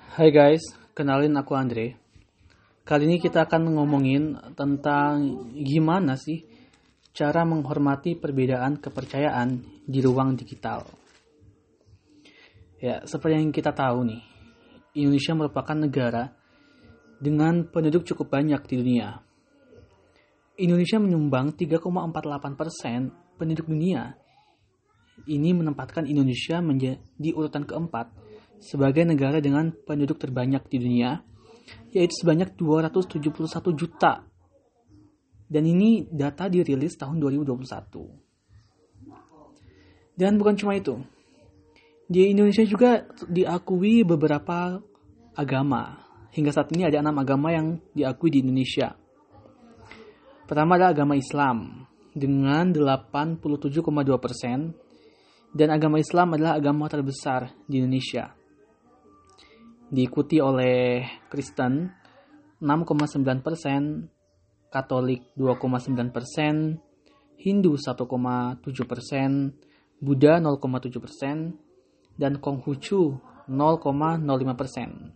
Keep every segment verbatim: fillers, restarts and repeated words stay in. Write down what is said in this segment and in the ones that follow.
Hai guys, kenalin aku Andre. Kali ini kita akan ngomongin tentang gimana sih cara menghormati perbedaan kepercayaan di ruang digital. Ya, seperti yang kita tahu nih, Indonesia merupakan negara dengan penduduk cukup banyak di dunia. Indonesia menyumbang tiga koma empat delapan persen penduduk dunia. Ini menempatkan Indonesia menjadi urutan keempat sebagai negara dengan penduduk terbanyak di dunia, yaitu sebanyak dua ratus tujuh puluh satu juta. Dan ini data dirilis tahun dua ribu dua puluh satu. Dan bukan cuma itu. Di Indonesia juga diakui beberapa agama. Hingga saat ini ada enam agama yang diakui di Indonesia. Pertama adalah agama Islam dengan delapan puluh tujuh koma dua persen. Dan agama Islam adalah agama terbesar di Indonesia. Diikuti oleh Kristen enam koma sembilan persen, Katolik dua koma sembilan persen, Hindu satu koma tujuh persen, Buddha nol koma tujuh persen, dan Konghucu nol koma nol lima persen.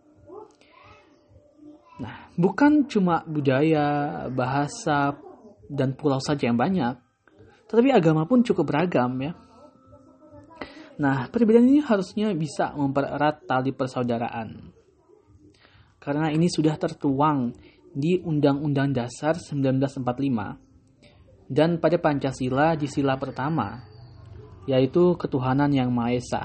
Nah, bukan cuma budaya, bahasa, dan pulau saja yang banyak, tetapi agama pun cukup beragam ya. Nah, perbedaan ini harusnya bisa mempererat tali persaudaraan. Karena ini sudah tertuang di Undang-Undang Dasar seribu sembilan ratus empat puluh lima dan pada Pancasila di sila pertama, yaitu ketuhanan yang Maha Esa.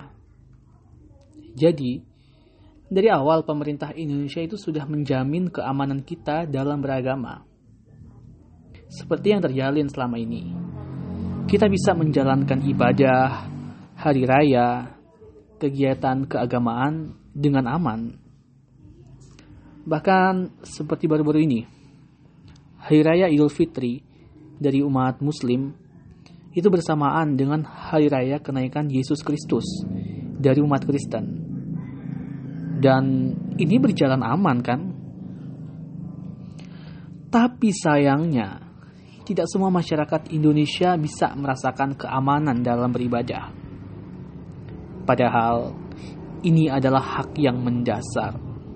Jadi, dari awal pemerintah Indonesia itu sudah menjamin keamanan kita dalam beragama. Seperti yang terjalin selama ini. Kita bisa menjalankan ibadah, hari raya, kegiatan keagamaan dengan aman. Bahkan seperti baru-baru ini, Hari Raya Idul Fitri dari umat Muslim itu bersamaan dengan Hari Raya kenaikan Yesus Kristus dari umat Kristen. Dan ini berjalan aman kan? Tapi sayangnya, tidak semua masyarakat Indonesia bisa merasakan keamanan dalam beribadah. Padahal ini adalah hak yang mendasar.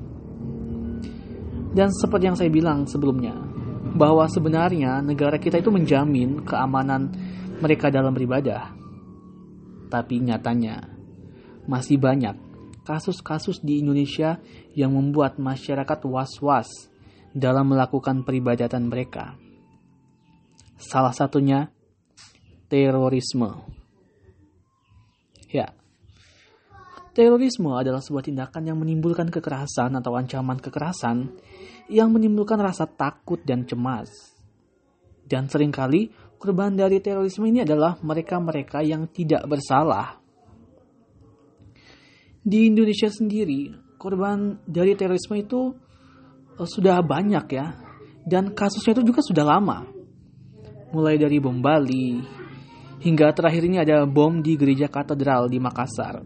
Dan seperti yang saya bilang sebelumnya, bahwa sebenarnya negara kita itu menjamin keamanan mereka dalam beribadah. Tapi nyatanya masih banyak kasus-kasus di Indonesia yang membuat masyarakat was-was dalam melakukan peribadatan mereka. Salah satunya terorisme. Ya, terorisme adalah sebuah tindakan yang menimbulkan kekerasan atau ancaman kekerasan yang menimbulkan rasa takut dan cemas. Dan seringkali korban dari terorisme ini adalah mereka-mereka yang tidak bersalah. Di Indonesia sendiri, korban dari terorisme itu sudah banyak ya. Dan kasusnya itu juga sudah lama. Mulai dari bom Bali, hingga terakhir ini ada bom di gereja katedral di Makassar.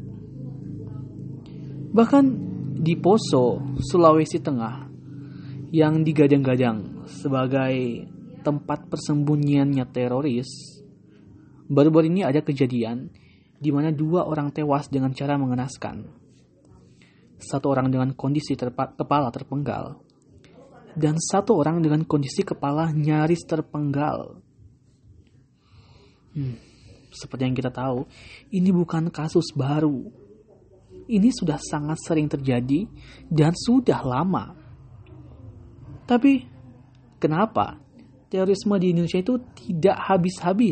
Bahkan di Poso, Sulawesi Tengah, yang digadang-gadang sebagai tempat persembunyiannya teroris, baru-baru ini ada kejadian di mana dua orang tewas dengan cara mengenaskan. Satu orang dengan kondisi terpa- kepala terpenggal, dan satu orang dengan kondisi kepala nyaris terpenggal. Hmm, seperti yang kita tahu, ini bukan kasus baru. Ini sudah sangat sering terjadi dan sudah lama. Tapi kenapa terorisme di Indonesia itu tidak habis-habis?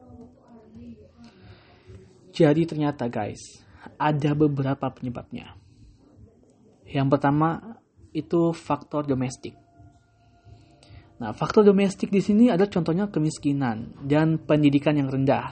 Jadi ternyata guys, ada beberapa penyebabnya. Yang pertama itu faktor domestik. Nah, faktor domestik di sini ada contohnya kemiskinan dan pendidikan yang rendah.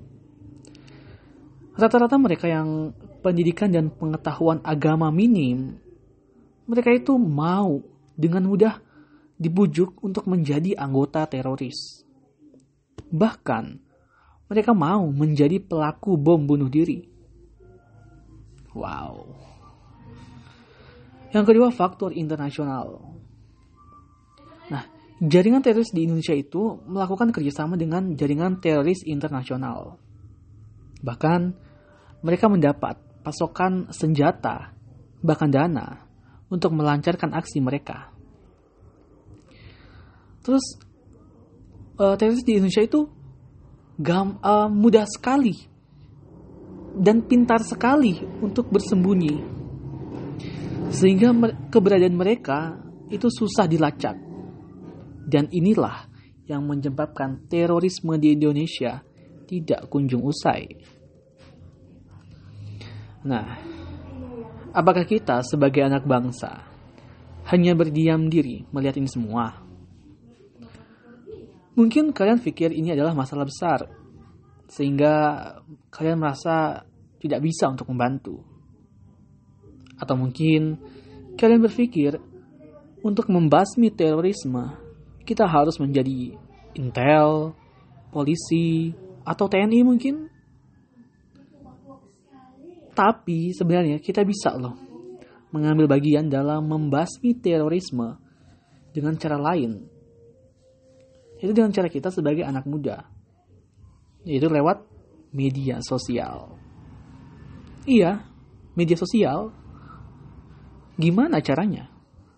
Rata-rata mereka yang pendidikan dan pengetahuan agama minim, mereka itu mau dengan mudah dibujuk untuk menjadi anggota teroris. Bahkan, mereka mau menjadi pelaku bom bunuh diri. Wow. Yang kedua, faktor internasional. Nah, jaringan teroris di Indonesia itu melakukan kerjasama dengan jaringan teroris internasional. Bahkan, mereka mendapat pasokan senjata bahkan dana untuk melancarkan aksi mereka. Terus uh, teroris di Indonesia itu gam, uh, mudah sekali dan pintar sekali untuk bersembunyi, sehingga mer- keberadaan mereka itu susah dilacak. Dan inilah yang menyebabkan terorisme di Indonesia tidak kunjung usai. Nah, apakah kita sebagai anak bangsa hanya berdiam diri melihat ini semua? Mungkin kalian pikir ini adalah masalah besar, sehingga kalian merasa tidak bisa untuk membantu. Atau mungkin kalian berpikir untuk membasmi terorisme, kita harus menjadi intel, polisi, atau T N I mungkin. Tapi sebenarnya kita bisa loh mengambil bagian dalam membasmi terorisme dengan cara lain. Itu dengan cara kita sebagai anak muda, yaitu lewat media sosial. Iya, media sosial. Gimana caranya?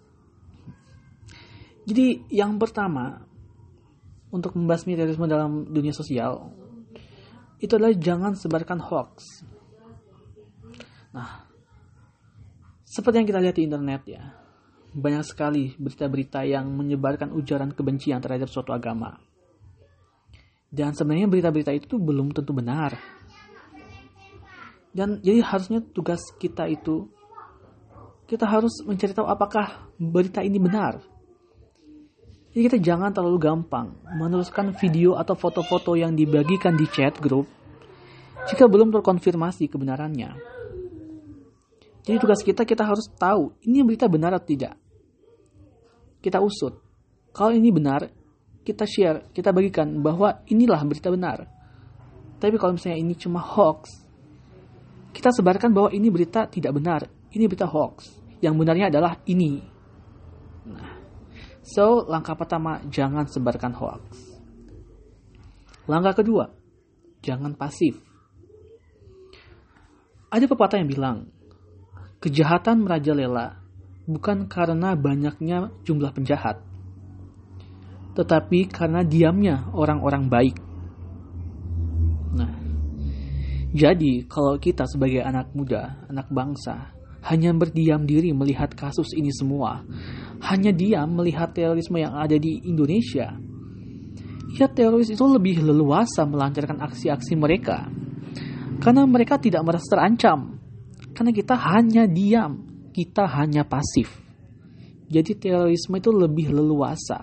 Jadi yang pertama untuk membasmi terorisme dalam dunia sosial itu adalah jangan sebarkan hoax. Nah, seperti yang kita lihat di internet ya, banyak sekali berita-berita yang menyebarkan ujaran kebencian terhadap suatu agama. Dan sebenarnya berita-berita itu tuh belum tentu benar. Dan jadi harusnya tugas kita itu, kita harus mencari tahu apakah berita ini benar. Jadi kita jangan terlalu gampang meneruskan video atau foto-foto yang dibagikan di chat group jika belum terkonfirmasi kebenarannya. Jadi tugas kita, kita harus tahu ini berita benar atau tidak. Kita usut. Kalau ini benar, kita share, kita bagikan bahwa inilah berita benar. Tapi kalau misalnya ini cuma hoax, kita sebarkan bahwa ini berita tidak benar, ini berita hoax. Yang benarnya adalah ini. Nah, so langkah pertama, jangan sebarkan hoax. Langkah kedua, jangan pasif. Ada pepatah yang bilang, kejahatan merajalela bukan karena banyaknya jumlah penjahat, tetapi karena diamnya orang-orang baik. Nah, jadi kalau kita sebagai anak muda, anak bangsa, hanya berdiam diri melihat kasus ini semua, hanya diam melihat terorisme yang ada di Indonesia, ya teroris itu lebih leluasa melancarkan aksi-aksi mereka, karena mereka tidak merasa terancam. Karena kita hanya diam, kita hanya pasif. Jadi terorisme itu lebih leluasa.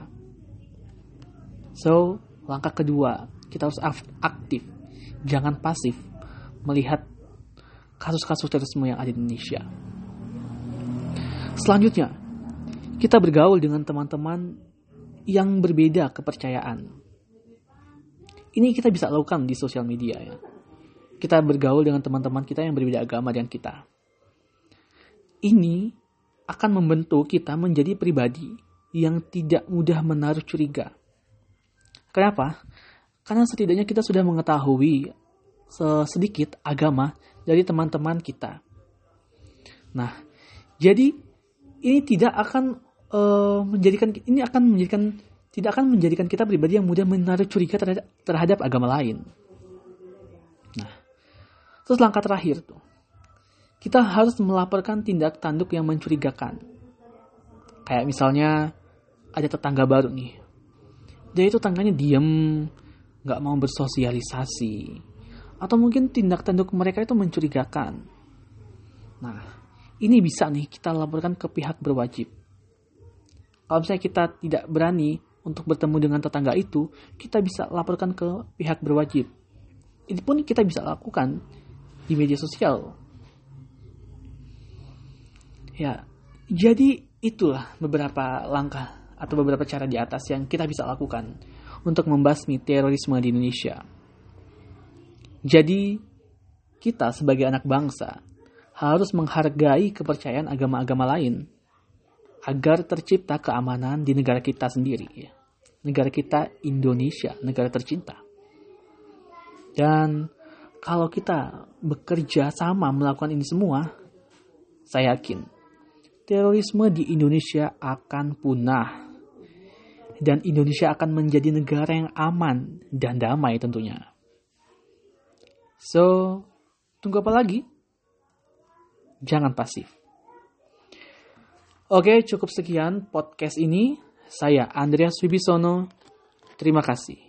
So, langkah kedua, kita harus aktif. Jangan pasif melihat kasus-kasus terorisme yang ada di Indonesia. Selanjutnya, kita bergaul dengan teman-teman yang berbeda kepercayaan. Ini kita bisa lakukan di sosial media ya. Kita bergaul dengan teman-teman kita yang berbeda agama dengan kita. Ini akan membentuk kita menjadi pribadi yang tidak mudah menaruh curiga. Kenapa? Karena setidaknya kita sudah mengetahui sedikit agama dari teman-teman kita. Nah, jadi ini tidak akan uh, menjadikan ini akan menjadikan tidak akan menjadikan kita pribadi yang mudah menaruh curiga terhadap, terhadap agama lain. Nah, terus langkah terakhir tuh, kita harus melaporkan tindak tanduk yang mencurigakan. Kayak misalnya ada tetangga baru nih, dia itu tetangganya diem, nggak mau bersosialisasi, atau mungkin tindak tanduk mereka itu mencurigakan. Nah, ini bisa nih kita laporkan ke pihak berwajib. Kalau misalnya kita tidak berani untuk bertemu dengan tetangga itu, kita bisa laporkan ke pihak berwajib. Ini pun kita bisa lakukan di media sosial. Ya, jadi itulah beberapa langkah atau beberapa cara di atas yang kita bisa lakukan untuk membasmi terorisme di Indonesia. Jadi, kita sebagai anak bangsa harus menghargai kepercayaan agama-agama lain agar tercipta keamanan di negara kita sendiri. Negara kita Indonesia, negara tercinta. Dan kalau kita bekerja sama melakukan ini semua, saya yakin terorisme di Indonesia akan punah. Dan Indonesia akan menjadi negara yang aman dan damai tentunya. So, tunggu apa lagi? Jangan pasif. Oke, cukup sekian podcast ini. Saya Andreas Wibisono. Terima kasih.